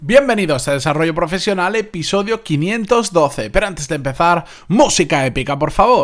Bienvenidos a Desarrollo Profesional, episodio 512. Pero antes de empezar, música épica, por favor.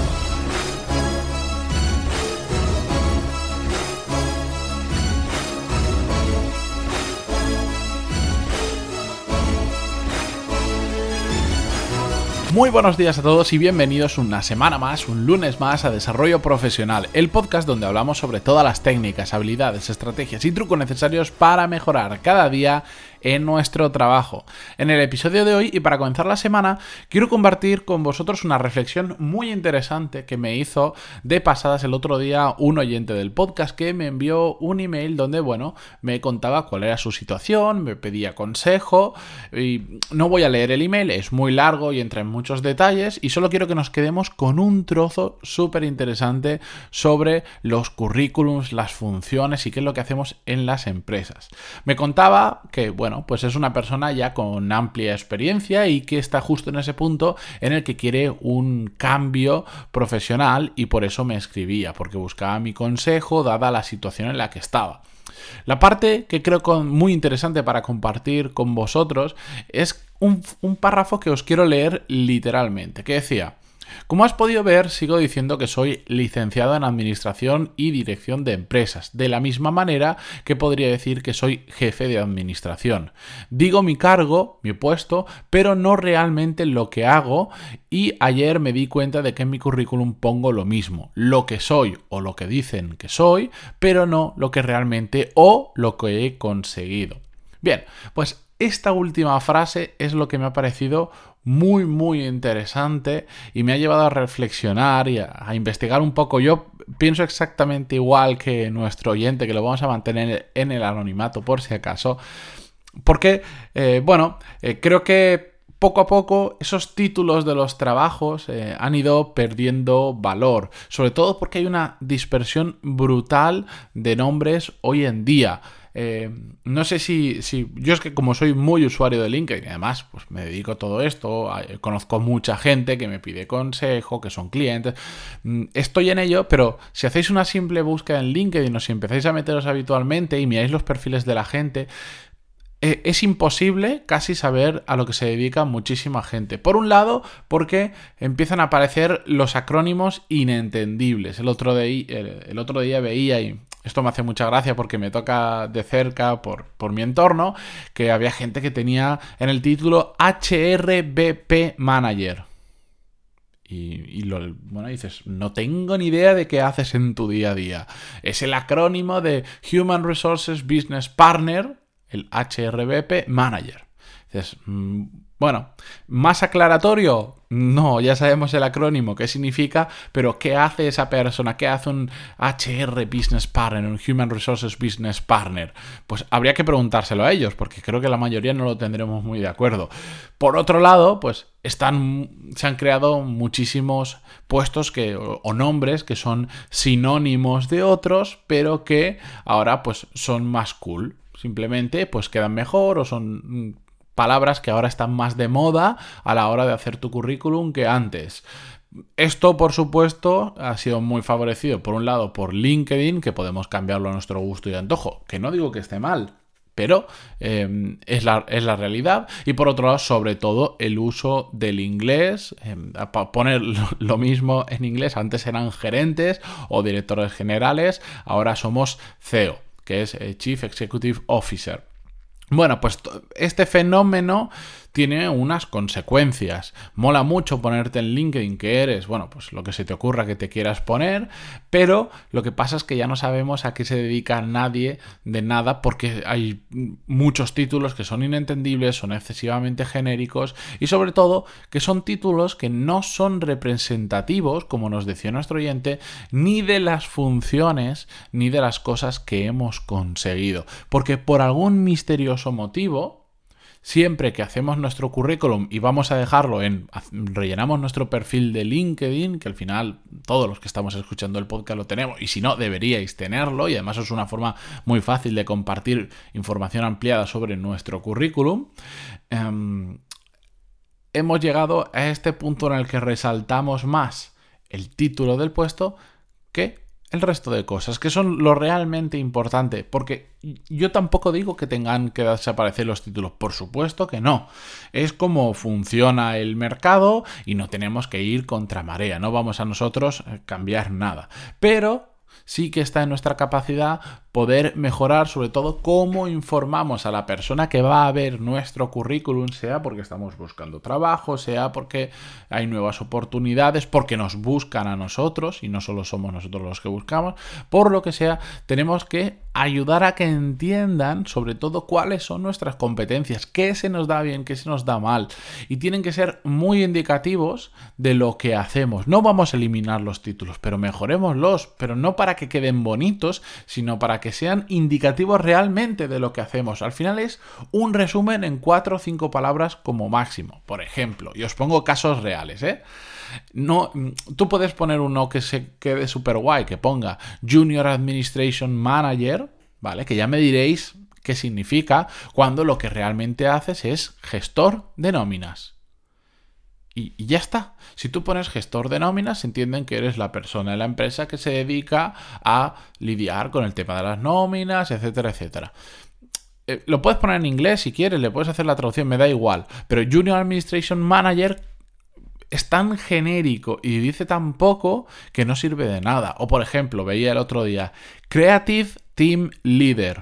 Muy buenos días a todos y bienvenidos una semana más, un lunes más a Desarrollo Profesional, el podcast donde hablamos sobre todas las técnicas, habilidades, estrategias y trucos necesarios para mejorar cada día en nuestro trabajo. En el episodio de hoy, y para comenzar la semana, quiero compartir con vosotros una reflexión muy interesante que me hizo de pasadas el otro día un oyente del podcast que me envió un email donde, me contaba cuál era su situación, me pedía consejo y no voy a leer el email, es muy largo y entra en muchos detalles y solo quiero que nos quedemos con un trozo súper interesante sobre los currículums, las funciones y qué es lo que hacemos en las empresas. Me contaba que, pues es una persona ya con amplia experiencia y que está justo en ese punto en el que quiere un cambio profesional y por eso me escribía, porque buscaba mi consejo dada la situación en la que estaba. La parte que creo muy interesante para compartir con vosotros es un párrafo que os quiero leer literalmente, que decía: como has podido ver, sigo diciendo que soy licenciado en Administración y Dirección de Empresas, de la misma manera que podría decir que soy jefe de administración. Digo mi cargo, mi puesto, pero no realmente lo que hago, y ayer me di cuenta de que en mi currículum pongo lo mismo, lo que soy o lo que dicen que soy, pero no lo que realmente o lo que he conseguido. Bien, pues esta última frase es lo que me ha parecido muy interesante y me ha llevado a reflexionar y a investigar un poco. Yo pienso exactamente igual que nuestro oyente, que lo vamos a mantener en el anonimato por si acaso, porque, creo que poco a poco esos títulos de los trabajos han ido perdiendo valor, sobre todo porque hay una dispersión brutal de nombres hoy en día. No sé si yo es que como soy muy usuario de LinkedIn y además pues me dedico a todo esto, conozco mucha gente que me pide consejo, que son clientes, estoy en ello, pero si hacéis una simple búsqueda en LinkedIn o si empezáis a meteros habitualmente y miráis los perfiles de la gente, es imposible casi saber a lo que se dedica muchísima gente. Por un lado, porque empiezan a aparecer los acrónimos inentendibles. El otro día veía, y esto me hace mucha gracia porque me toca de cerca por mi entorno, que había gente que tenía en el título HRBP Manager. Y dices, no tengo ni idea de qué haces en tu día a día. Es el acrónimo de Human Resources Business Partner, el HRBP Manager. Dices, ¿más aclaratorio? No, ya sabemos el acrónimo, qué significa, pero ¿qué hace esa persona? ¿Qué hace un HR Business Partner, un Human Resources Business Partner? Pues habría que preguntárselo a ellos, porque creo que la mayoría no lo tendremos muy de acuerdo. Por otro lado, pues se han creado muchísimos puestos o nombres que son sinónimos de otros, pero que ahora pues son más cool. Simplemente pues quedan mejor o son palabras que ahora están más de moda a la hora de hacer tu currículum que antes. Esto, por supuesto, ha sido muy favorecido, por un lado, por LinkedIn, que podemos cambiarlo a nuestro gusto y antojo, que no digo que esté mal, pero es la realidad. Y por otro lado, sobre todo, el uso del inglés. Poner lo mismo en inglés, antes eran gerentes o directores generales, ahora somos CEO, que es Chief Executive Officer. Bueno, pues este fenómeno tiene unas consecuencias. Mola mucho ponerte en LinkedIn que eres, pues lo que se te ocurra que te quieras poner, pero lo que pasa es que ya no sabemos a qué se dedica nadie de nada porque hay muchos títulos que son inentendibles, son excesivamente genéricos y sobre todo que son títulos que no son representativos, como nos decía nuestro oyente, ni de las funciones ni de las cosas que hemos conseguido. Porque por algún misterioso motivo, siempre que hacemos nuestro currículum y vamos a dejarlo rellenamos nuestro perfil de LinkedIn, que al final todos los que estamos escuchando el podcast lo tenemos, y si no, deberíais tenerlo, y además es una forma muy fácil de compartir información ampliada sobre nuestro currículum. Hemos llegado a este punto en el que resaltamos más el título del puesto que el resto de cosas, que son lo realmente importante, porque yo tampoco digo que tengan que desaparecer los títulos, por supuesto que no. Es como funciona el mercado y no tenemos que ir contra marea, no vamos a nosotros cambiar nada. Pero sí que está en nuestra capacidad poder mejorar sobre todo cómo informamos a la persona que va a ver nuestro currículum, sea porque estamos buscando trabajo, sea porque hay nuevas oportunidades, porque nos buscan a nosotros y no solo somos nosotros los que buscamos, por lo que sea, tenemos que ayudar a que entiendan sobre todo cuáles son nuestras competencias, qué se nos da bien, qué se nos da mal, y tienen que ser muy indicativos de lo que hacemos. No vamos a eliminar los títulos, pero mejorémoslos, pero no para que queden bonitos, sino para que sean indicativos realmente de lo que hacemos. Al final es un resumen en 4 o 5 palabras como máximo. Por ejemplo, y os pongo casos reales, No, tú puedes poner uno que se quede súper guay, que ponga Junior Administration Manager, ¿vale? Que ya me diréis qué significa cuando lo que realmente haces es gestor de nóminas. Y ya está. Si tú pones gestor de nóminas, entienden que eres la persona de la empresa que se dedica a lidiar con el tema de las nóminas, etcétera, etcétera. Lo puedes poner en inglés si quieres, le puedes hacer la traducción, me da igual. Pero Junior Administration Manager es tan genérico y dice tan poco que no sirve de nada. O por ejemplo, veía el otro día, Creative Team Leader.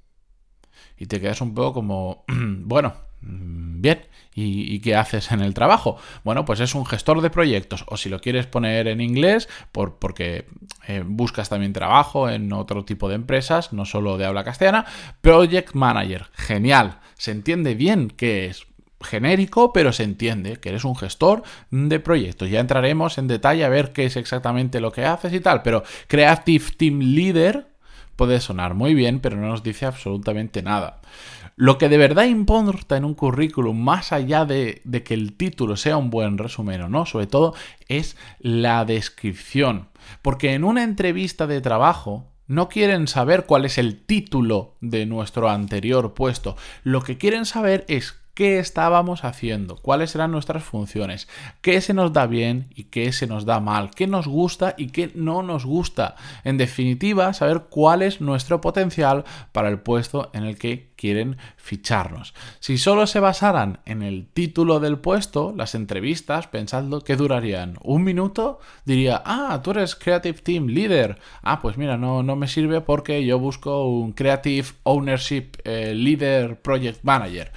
Y te quedas un poco como, bueno, bien, ¿y qué haces en el trabajo? Bueno, pues es un gestor de proyectos, o si lo quieres poner en inglés, porque buscas también trabajo en otro tipo de empresas, no solo de habla castellana, Project Manager, genial, se entiende bien qué es. Genérico, pero se entiende que eres un gestor de proyectos. Ya entraremos en detalle a ver qué es exactamente lo que haces y tal, pero Creative Team Leader puede sonar muy bien, pero no nos dice absolutamente nada. Lo que de verdad importa en un currículum, más allá de que el título sea un buen resumen o no, sobre todo, es la descripción. Porque en una entrevista de trabajo no quieren saber cuál es el título de nuestro anterior puesto. Lo que quieren saber es qué estábamos haciendo, cuáles eran nuestras funciones, qué se nos da bien y qué se nos da mal, qué nos gusta y qué no nos gusta. En definitiva, saber cuál es nuestro potencial para el puesto en el que quieren ficharnos. Si solo se basaran en el título del puesto, las entrevistas, pensadlo, ¿qué durarían? ¿1 minuto? Diría, tú eres Creative Team Leader. Pues mira, no me sirve porque yo busco un Creative Ownership Leader Project Manager.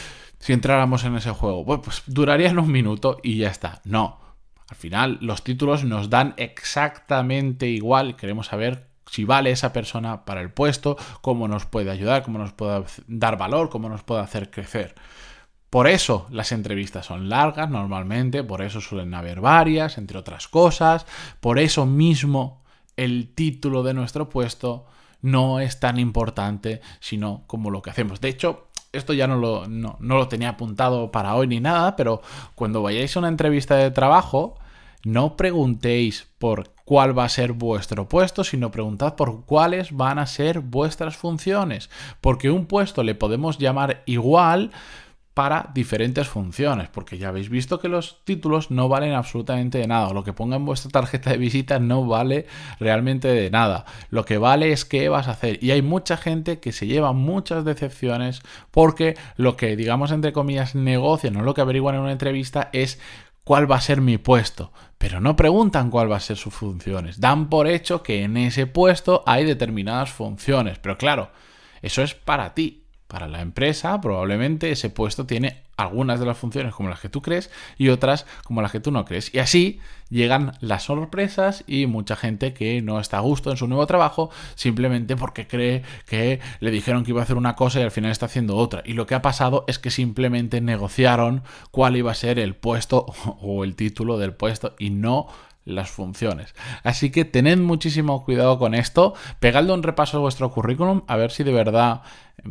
Si entráramos en ese juego, pues durarían 1 minuto y ya está. No, al final los títulos nos dan exactamente igual. Queremos saber si vale esa persona para el puesto, cómo nos puede ayudar, cómo nos puede dar valor, cómo nos puede hacer crecer. Por eso las entrevistas son largas normalmente, por eso suelen haber varias, entre otras cosas. Por eso mismo el título de nuestro puesto no es tan importante, sino como lo que hacemos. De hecho, esto ya no lo tenía apuntado para hoy ni nada, pero cuando vayáis a una entrevista de trabajo, no preguntéis por cuál va a ser vuestro puesto, sino preguntad por cuáles van a ser vuestras funciones. Porque un puesto le podemos llamar igual para diferentes funciones, porque ya habéis visto que los títulos no valen absolutamente de nada, o lo que ponga en vuestra tarjeta de visita no vale realmente de nada. Lo que vale es qué vas a hacer, y hay mucha gente que se lleva muchas decepciones porque lo que, digamos entre comillas, negocian o lo que averiguan en una entrevista es cuál va a ser mi puesto, pero no preguntan cuál va a ser sus funciones. Dan por hecho que en ese puesto hay determinadas funciones, pero claro, eso es para ti. Para la empresa, probablemente ese puesto tiene algunas de las funciones como las que tú crees y otras como las que tú no crees. Y así llegan las sorpresas y mucha gente que no está a gusto en su nuevo trabajo simplemente porque cree que le dijeron que iba a hacer una cosa y al final está haciendo otra. Y lo que ha pasado es que simplemente negociaron cuál iba a ser el puesto o el título del puesto y no las funciones. Así que tened muchísimo cuidado con esto. Pegadle un repaso a vuestro currículum a ver si de verdad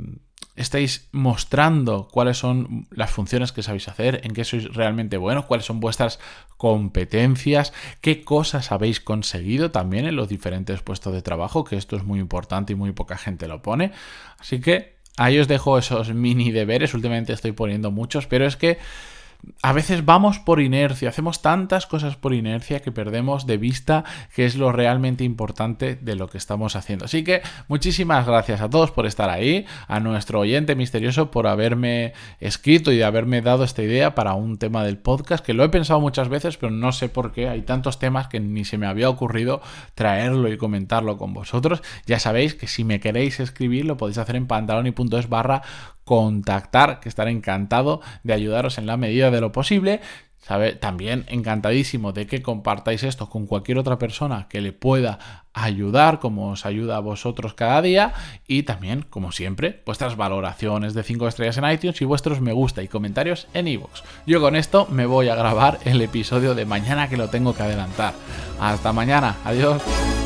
estáis mostrando cuáles son las funciones que sabéis hacer, en qué sois realmente buenos, cuáles son vuestras competencias, qué cosas habéis conseguido también en los diferentes puestos de trabajo, que esto es muy importante y muy poca gente lo pone. Así que ahí os dejo esos mini deberes. Últimamente estoy poniendo muchos, pero es que a veces vamos por inercia, hacemos tantas cosas por inercia que perdemos de vista qué es lo realmente importante de lo que estamos haciendo. Así que muchísimas gracias a todos por estar ahí, a nuestro oyente misterioso por haberme escrito y de haberme dado esta idea para un tema del podcast, que lo he pensado muchas veces, pero no sé por qué, hay tantos temas que ni se me había ocurrido traerlo y comentarlo con vosotros. Ya sabéis que si me queréis escribir lo podéis hacer en pantaloni.es/contactar, que estaré encantado de ayudaros en la medida de lo posible. También encantadísimo de que compartáis esto con cualquier otra persona que le pueda ayudar, como os ayuda a vosotros cada día, y también, como siempre, vuestras valoraciones de 5 estrellas en iTunes y vuestros me gusta y comentarios en iVoox. Yo con esto me voy a grabar el episodio de mañana, que lo tengo que adelantar. Hasta mañana, adiós.